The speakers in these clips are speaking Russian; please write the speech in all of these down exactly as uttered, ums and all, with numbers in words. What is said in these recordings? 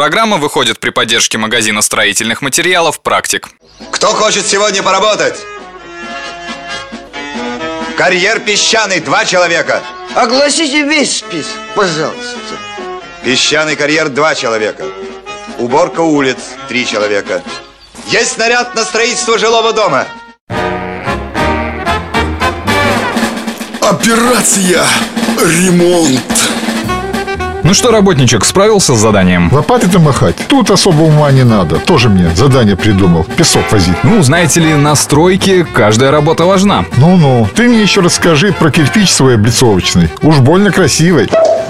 программа выходит при поддержке магазина строительных материалов «Практик». Кто хочет сегодня поработать? Карьер песчаный, два человека. Огласите весь список, пожалуйста. Песчаный карьер, два человека. Уборка улиц, три человека. Есть снаряд на строительство жилого дома. Операция «Ремонт». Ну что, работничек, справился с заданием? Лопатой-то махать? Тут особо ума не надо. Тоже мне задание придумал. Песок возить. Ну, знаете ли, на стройке каждая работа важна. Ну-ну. Ты мне еще расскажи про кирпич свой облицовочный. Уж больно красивый.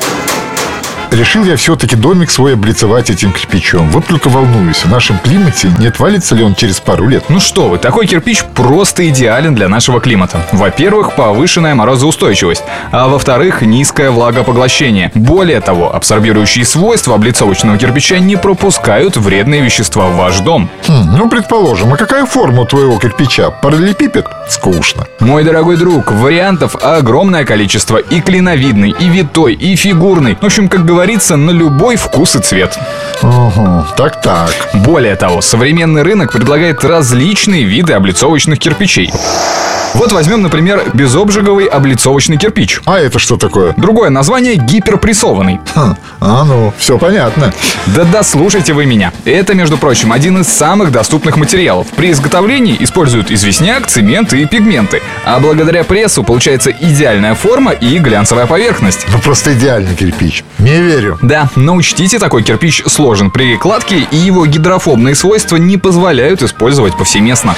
Решил я все-таки домик свой облицевать этим кирпичом. Вот только волнуюсь, в нашем климате не отвалится ли он через пару лет? Ну что вы, такой кирпич просто идеален для нашего климата. Во-первых, повышенная морозоустойчивость, а во-вторых, низкое влагопоглощение. Более того, абсорбирующие свойства облицовочного кирпича не пропускают вредные вещества в ваш дом. Хм, ну, предположим, а какая форма у твоего кирпича? Параллелепипед? Скучно. Мой дорогой друг, вариантов огромное количество. И клиновидный, и витой, и фигурный. В общем, как говорится, на любой вкус и цвет. Угу, так-так. Более того, современный рынок предлагает различные виды облицовочных кирпичей. Вот возьмем, например, безобжиговый облицовочный кирпич. А это что такое? Другое название — гиперпрессованный. Хм, а ну, все понятно. Да дослушайте вы меня. Это, между прочим, один из самых доступных материалов. При изготовлении используют известняк, цемент и пигменты. А благодаря прессу получается идеальная форма и глянцевая поверхность. Ну просто идеальный кирпич. Не верю. Да, но учтите, такой кирпич сложен при кладке, и его гидрофобные свойства не позволяют использовать повсеместно.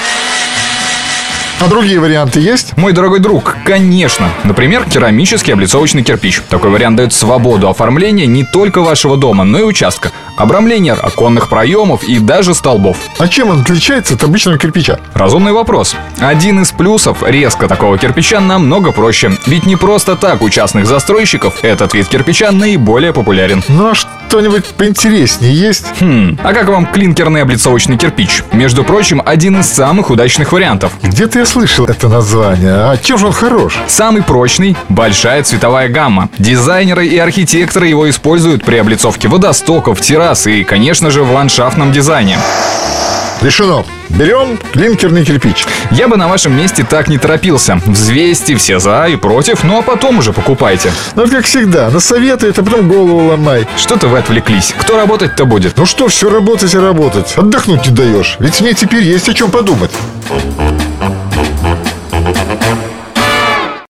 А другие варианты есть? Мой дорогой друг, конечно. Например, керамический облицовочный кирпич. Такой вариант дает свободу оформления не только вашего дома, но и участка. Обрамление оконных проемов и даже столбов. А чем он отличается от обычного кирпича? Разумный вопрос. Один из плюсов резко такого кирпича намного проще. Ведь не просто так у частных застройщиков этот вид кирпича наиболее популярен. Ну а что-нибудь поинтереснее есть? Хм, а как вам клинкерный облицовочный кирпич? Между прочим, один из самых удачных вариантов. Где-то я слышал это название. А чем же он хорош? Самый прочный, большая цветовая гамма. Дизайнеры и архитекторы его используют при облицовке водостоков, террас и, конечно же, в ландшафтном дизайне. Решено. Берем клинкерный кирпич. Я бы на вашем месте так не торопился. Взвесьте все за и против, ну а потом уже покупайте. Ну, как всегда, насоветует, а потом голову ломай. Что-то вы отвлеклись. Кто работать-то будет? Ну что, все работать и работать. Отдохнуть не даешь. Ведь мне теперь есть о чем подумать.